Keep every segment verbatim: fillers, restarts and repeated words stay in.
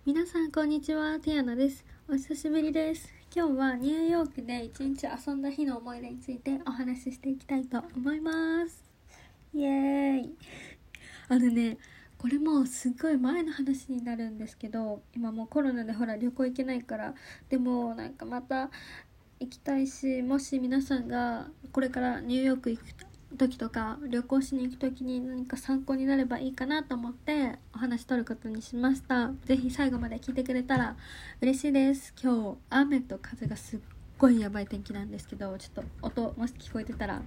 皆さんこんにちは、ティアナです。お久しぶりです。今日はニューヨークで一日遊んだ日の思い出についてお話ししていきたいと思います。イエーイ。あのね、これもすっごい前の話になるんですけど、今もうコロナでほら旅行行けないから、でもなんかまた行きたいし、もし皆さんがこれからニューヨーク行く時とか旅行しに行く時に何か参考になればいいかなと思ってお話し取ることにしました。ぜひ最後まで聞いてくれたら嬉しいです。今日雨と風がすっごいやばい天気なんですけど、ちょっと音もし聞こえてたら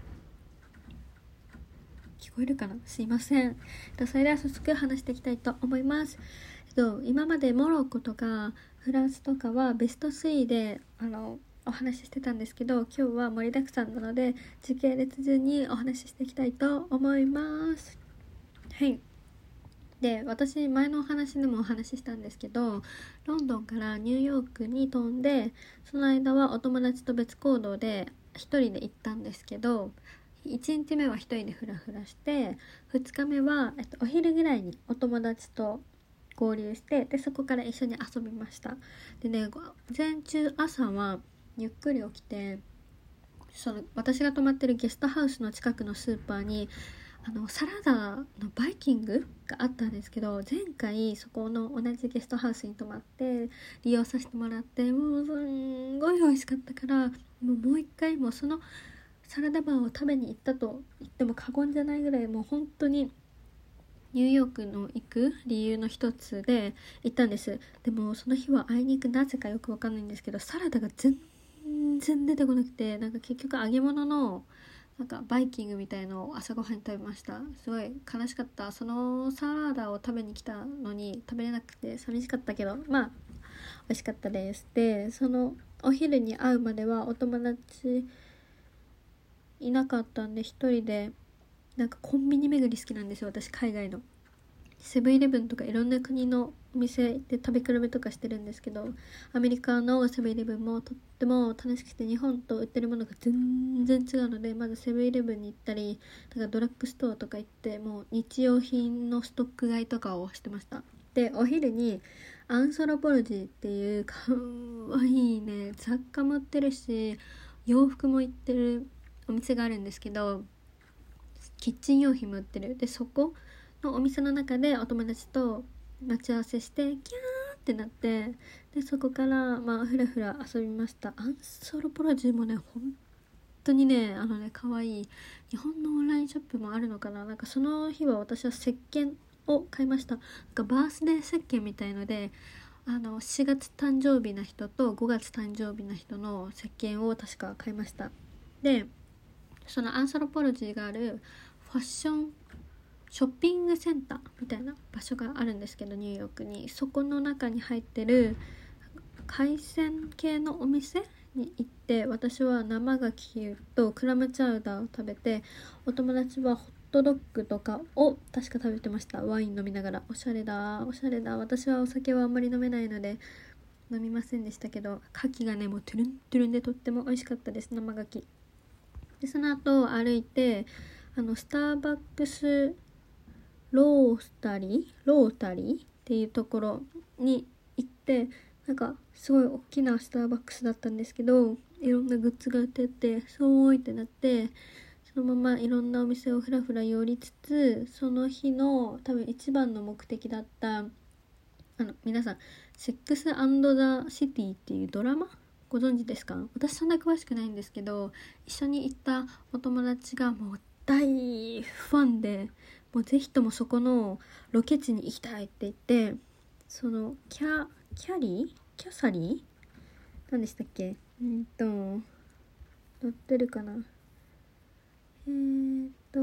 聞こえるかな、すいません。それでは早速話していきたいと思います。今までモロッコとかフランスとかはベストスリーであのお話ししてたんですけど、今日は盛りだくさんなので時系列順にお話ししていきたいと思います。はい。で、私前のお話でもお話ししたんですけど、ロンドンからニューヨークに飛んで、その間はお友達と別行動で一人で行ったんですけど、いちにちめは一人でフラフラして、ふつかめは、えっと、お昼ぐらいにお友達と合流して、でそこから一緒に遊びました。でね、午前中朝はゆっくり起きて、その私が泊まってるゲストハウスの近くのスーパーにあのサラダのバイキングがあったんですけど、前回そこの同じゲストハウスに泊まって利用させてもらって、もうすんごい美味しかったから、もうもう一回もそのサラダバーを食べに行ったと言っても過言じゃないぐらい、もう本当にニューヨークの行く理由の一つで行ったんです。でもその日はあいにくなぜかよくわかんないんですけど、サラダが全然出てこなくて、なんか結局揚げ物のなんかバイキングみたいのを朝ごはんに食べました。すごい悲しかった。そのサラダを食べに来たのに食べれなくて寂しかったけど、まあ美味しかったです。で、そのお昼に会うまではお友達いなかったんで、一人でなんかコンビニ巡り好きなんですよ、私。海外のセブンイレブンとかいろんな国のお店で食べ比べとかしてるんですけど、アメリカのセブンイレブンもとっても楽しくて、日本と売ってるものが全然違うので、まずセブンイレブンに行ったり、なんかドラッグストアとか行って、もう日用品のストック買いとかをしてました。で、お昼にアンソロポロジーっていうかわいいね雑貨も売ってるし洋服も売ってるお店があるんですけど、キッチン用品も売ってる。で、そこのお店の中でお友達と待ち合わせしてキャーってなって、でそこからまあふらふら遊びました。アンソロポロジーもね、本当にね、あのね可愛い日本のオンラインショップもあるのかな。なんかその日は私は石鹸を買いました。なんかバースデー石鹸みたいので、あのしがつ誕生日な人とごがつ誕生日な人の石鹸を確か買いました。で、そのアンソロポロジーがあるファッションショッピングセンターみたいな場所があるんですけど、ニューヨークに、そこの中に入ってる海鮮系のお店に行って、私は生牡蠣とクラムチャウダーを食べて、お友達はホットドッグとかを確か食べてました。ワイン飲みながら。おしゃれだおしゃれだ。私はお酒はあんまり飲めないので飲みませんでしたけど、牡蠣がねもうトゥルントゥルンでとっても美味しかったです。生牡蠣で、その後歩いて、あのスターバックスロースタリーロータリーっていうところに行って、なんかすごい大きなスターバックスだったんですけど、いろんなグッズが売ってて、そういってなって、そのままいろんなお店をふらふら寄りつつ、その日の多分一番の目的だったあの皆さんセックス&ザ・シティっていうドラマご存知ですか？私そんな詳しくないんですけど、一緒に行ったお友達がもう大ファンで、もうぜひともそこのロケ地に行きたいって言って、そのキャキャリーキャサリー何でしたっけ、うんと載ってるかな、えーっと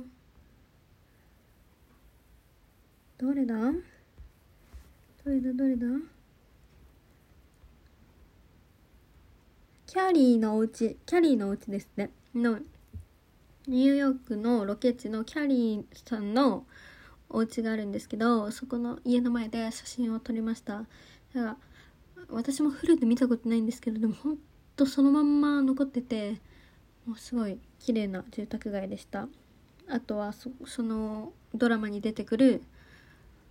どれだどれだどれだキャリーのお家キャリーのお家ですねのニューヨークのロケ地のキャリーさんのお家があるんですけど、そこの家の前で写真を撮りました。だから私もフルで見たことないんですけど、でもほんとそのまんま残ってて、もうすごい綺麗な住宅街でした。あとは そ, そのドラマに出てくる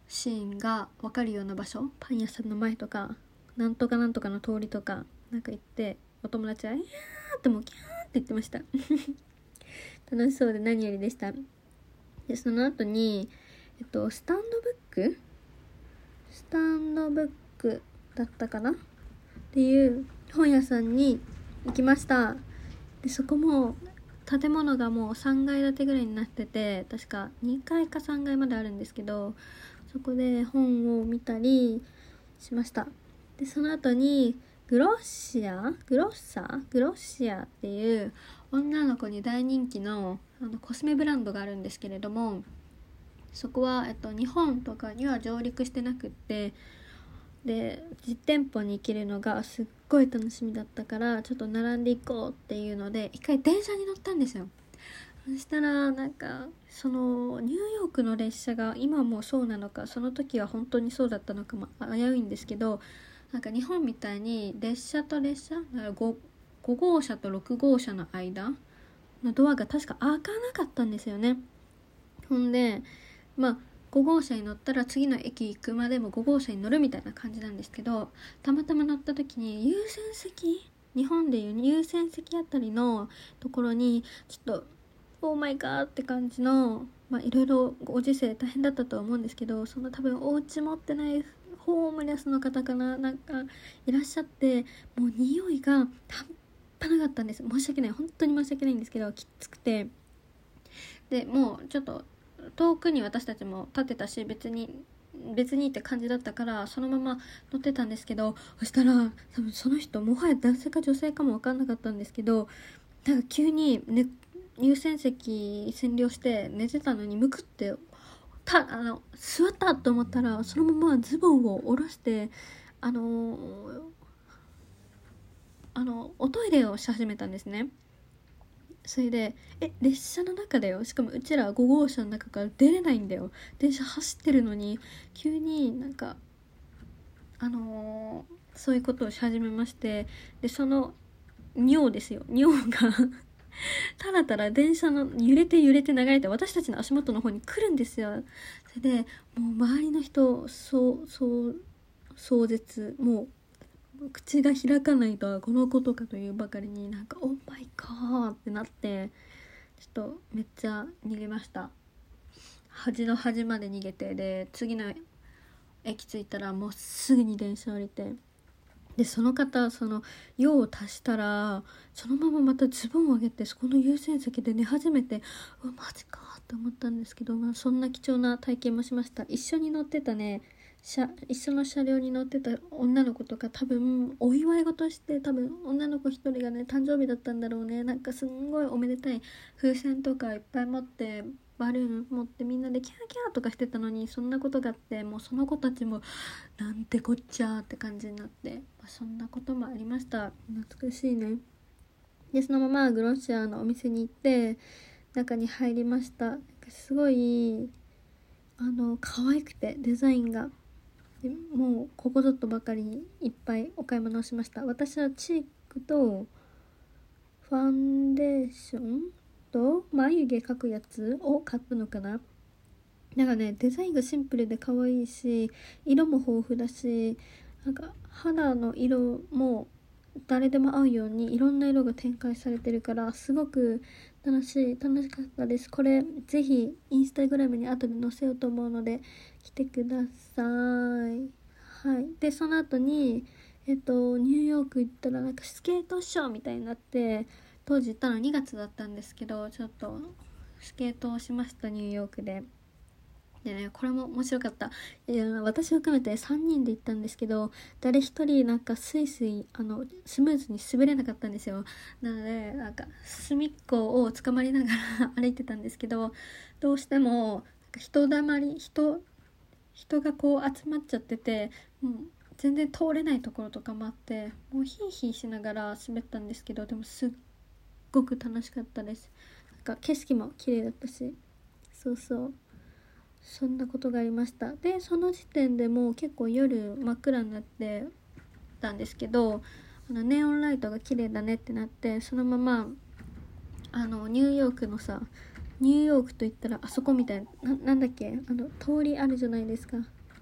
シーンが分かるような場所、パン屋さんの前とかなんとかなんとかの通りとかなんか行って、お友達は「いやー」ってもうキャーって言ってました楽しそうで何よりでした。でその後にえっとスタンドブックスタンドブックだったかなっていう本屋さんに行きました。でそこも建物がもうさんがい建てぐらいになってて、確かにかいかさんがいまであるんですけど、そこで本を見たりしました。でその後にグロッシアグロッサグロッシアっていう女の子に大人気のあのコスメブランドがあるんですけれども、そこは、えっと、日本とかには上陸してなくって、で実店舗に行けるのがすっごい楽しみだったから、ちょっと並んでいこうっていうので一回電車に乗ったんですよ。そしたらなんかそのニューヨークの列車が今もそうなのか、その時は本当にそうだったのかも危ういんですけど、なんか日本みたいに列車と列車 5, ご号車とろく号車の間のドアが確か開かなかったんですよね。ほんでまあご号車に乗ったら次の駅行くまでもご号車に乗るみたいな感じなんですけど、たまたま乗った時に優先席、日本でいう優先席あたりのところにちょっとオーマイガーって感じの、まあいろいろご時世大変だったとは思うんですけど、その多分お家持ってないホームレスの方かな、なんかいらっしゃって、もう匂いが半端なかったんです。申し訳ない、本当に申し訳ないんですけど、きつくて、でもうちょっと遠くに私たちも立ってたし、別に別にって感じだったからそのまま乗ってたんですけど、そしたら多分その人もはや男性か女性かも分かんなかったんですけど、なんか急に、ね、優先席占領して寝てたのにむくってたあの座ったと思ったら、そのままズボンを下ろしてあのー、あのおトイレをし始めたんですね。それでえ列車の中だよ、しかもうちらはご号車の中から出れないんだよ、電車走ってるのに急になんかあのー、そういうことをし始めまして、でその尿ですよ、尿がたらたら電車の揺れて揺れて流れて私たちの足元の方に来るんですよ。それでもう周りの人そうそう壮絶、もう口が開かないとはこのことかというばかりに、なんかオーマイガーってなって、ちょっとめっちゃ逃げました。端の端まで逃げて、で次の駅着いたらもうすぐに電車降りて、でその方その用を足したらそのまままたズボンを上げてそこの優先席で寝始めて、うわマジかって思ったんですけど、まあ、そんな貴重な体験もしました。一緒に乗ってたね車一緒の車両に乗ってた女の子とか多分お祝い事して、多分女の子一人がね誕生日だったんだろうね。なんかすんごいおめでたい風船とかいっぱい持ってバルーン持ってみんなでキャーキャーとかしてたのに、そんなことがあって、もうその子たちもなんてこっちゃーって感じになって、まあ、そんなこともありました。懐かしいね。でそのままグロッシアのお店に行って中に入りました。すごいあの可愛くてデザインが、でもうここぞとばかりにいっぱいお買い物をしました。私はチークとファンデーションと眉毛描くやつを買ったのかな。なんかねデザインがシンプルで可愛いし、色も豊富だし、なんか肌の色も誰でも合うようにいろんな色が展開されてるからすごく楽しい楽しかったです。これぜひインスタグラムに後で載せようと思うので来てください。はい。でその後にえっとニューヨーク行ったらなんかスケートショーみたいになって、当時行ったのにがつだったんですけど、ちょっとスケートをしました、ニューヨークで。でね、これも面白かった。いや私を含めてさんにんで行ったんですけど、誰一人なんかスイスイあのスムーズに滑れなかったんですよ。なのでなんか隅っこを捕まりながら歩いてたんですけど、どうしてもなんか人だまり人人がこう集まっちゃってて、もう全然通れないところとかもあって、もうヒーヒーしながら滑ったんですけど、でもすっごく楽しかったです。なんか景色も綺麗だったし、そうそうそんなことがありました。でその時点でもう結構夜真っ暗になってたんですけど、あのネオンライトが綺麗だねってなって、そのままあのニューヨークのさ、ニューヨークといったらあそこみたいな、な、なんだっけあの通りあるじゃないですか、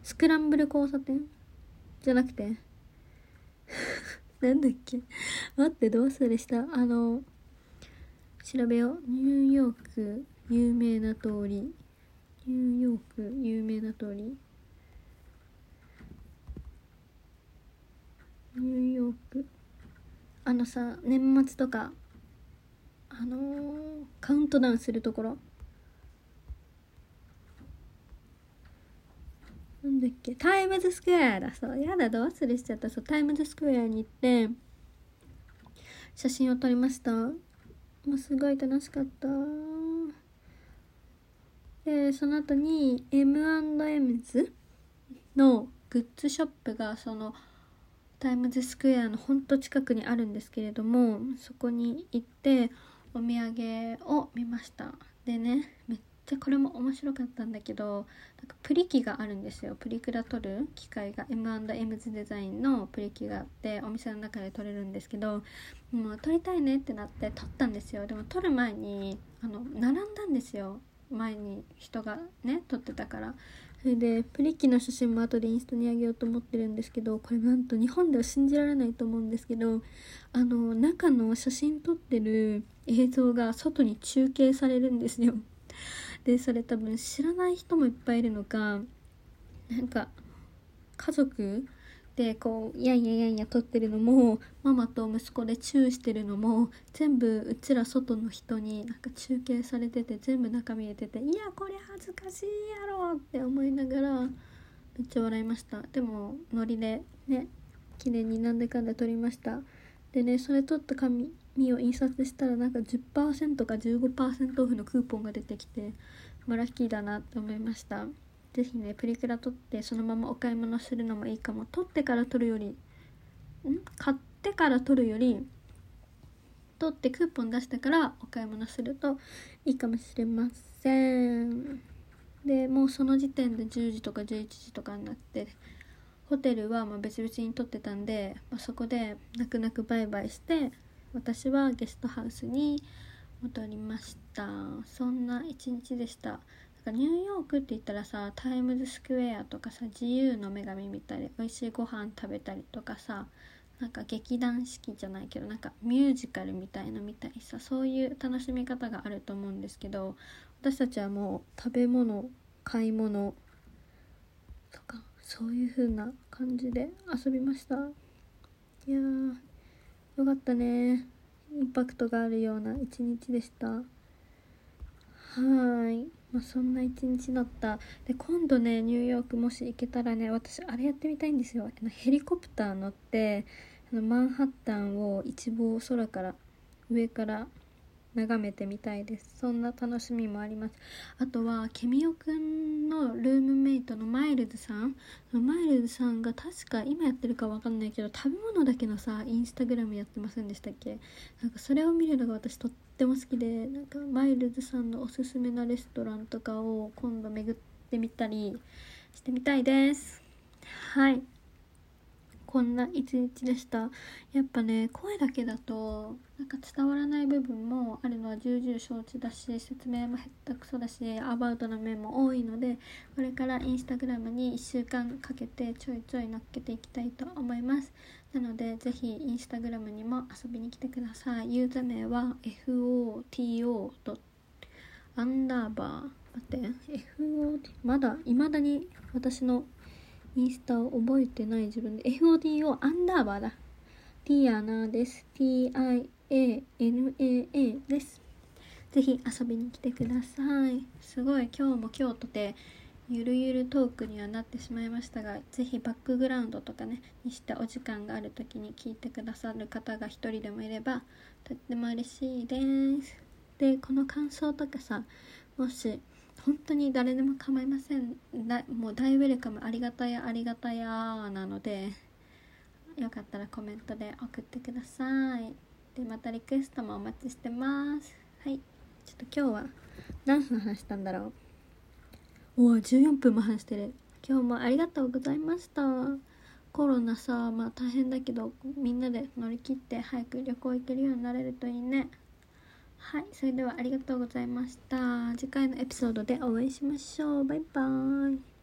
スクランブル交差点じゃなくてなんだっけ、待ってどうするした。あの調べよう。ニューヨーク有名な通り、ニューヨーク有名な通り、ニューヨーク、あのさ、年末とかあのー、カウントダウンするところ、なんだっけ、タイムズスクエアだ。そう、やだ、ど忘れしちゃった。そう、タイムズスクエアに行って写真を撮りました。もうすごい楽しかった。でその後に エムアンドエムズ のグッズショップがそのタイムズスクエアのほんと近くにあるんですけれども、そこに行ってお土産を見ました。でね、めっちゃこれも面白かったんだけど、なんかプリ機があるんですよ。プリクラ撮る機械が エムアンドエムズ デザインのプリ機があって、お店の中で撮れるんですけど、もう撮りたいねってなって撮ったんですよ。でも撮る前にあの並んだんですよ、前に人がね撮ってたから。それでプリ機の写真も後でインスタにあげようと思ってるんですけど、これなんと日本では信じられないと思うんですけど、あの中の写真撮ってる映像が外に中継されるんですよ。でそれ多分知らない人もいっぱいいるのか、なんか家族でこうやんややんや撮ってるのも、ママと息子でチューしてるのも全部うちら外の人になんか中継されてて、全部中見えてて、いやこれ恥ずかしいやろって思いながらめっちゃ笑いました。でもノリでね、記念になんでかんで撮りました。でね、それ撮った紙を印刷したらなんか じゅっパーセント か じゅうごパーセント オフのクーポンが出てきて、まあ、ラッキーだなって思いました。ぜひね、プリクラ撮ってそのままお買い物するのもいいかも。撮ってから撮るよりん買ってから撮るより撮ってクーポン出してからお買い物するといいかもしれません。でもうその時点でじゅうじとかじゅういちじとかになって、ホテルはまあ別々に撮ってたんで、まあ、そこで泣く泣くバイバイして、私はゲストハウスに戻りました。そんな一日でした。ニューヨークって言ったらさ、タイムズスクエアとかさ、自由の女神見たり、美味しいご飯食べたりとかさ、なんか劇団四季じゃないけどなんかミュージカルみたいの見たりさ、そういう楽しみ方があると思うんですけど、私たちはもう食べ物、買い物とかそういう風な感じで遊びました。いやーよかったね。インパクトがあるような一日でした。はーい、まあ、そんな一日だった。で今度ね、ニューヨークもし行けたらね、私あれやってみたいんですよ。ヘリコプター乗ってあのマンハッタンを一望空から上から眺めてみたいです。そんな楽しみもあります。あとはケミオくんのルームメイトのマイルズさんマイルズさんが確か今やってるかわかんないけど、食べ物だけのさインスタグラムやってませんでしたっけ。なんかそれを見るのが私とっても好きで、なんかマイルズさんのおすすめなレストランとかを今度巡ってみたりしてみたいです。はい、こんな一日でした。やっぱね、声だけだとなんか伝わらない部分もあるのは重々承知だし、説明もへったくそだし、アバウトな面も多いので、これからインスタグラムにいっしゅうかんかけてちょいちょい乗っけていきたいと思います。なのでぜひインスタグラムにも遊びに来てください。ユーザー名は エフオーティーオー アンダーバー、待って エフオーティー まだ未だに私のインスタを覚えてない自分で エフオーティーオー アンダーバーだ。ティアナです。 ティーアイエーエヌエーエー です。ぜひ遊びに来てください。すごい今日も今日とてゆるゆるトークにはなってしまいましたが、ぜひバックグラウンドとかねにしてお時間がある時に聞いてくださる方が一人でもいればとっても嬉しいです。でこの感想とかさ、もし本当に誰でも構いません。だもう大ウェルカム、ありがたやありがたやなので、よかったらコメントで送ってください。でまたリクエストもお待ちしてます。はい、ちょっと今日は何分話したんだろう。おお、じゅうよんぷんも話してる。今日もありがとうございました。コロナさ、まあ大変だけどみんなで乗り切って早く旅行行けるようになれるといいね。はい、それではありがとうございました。次回のエピソードでお会いしましょう。バイバーイ。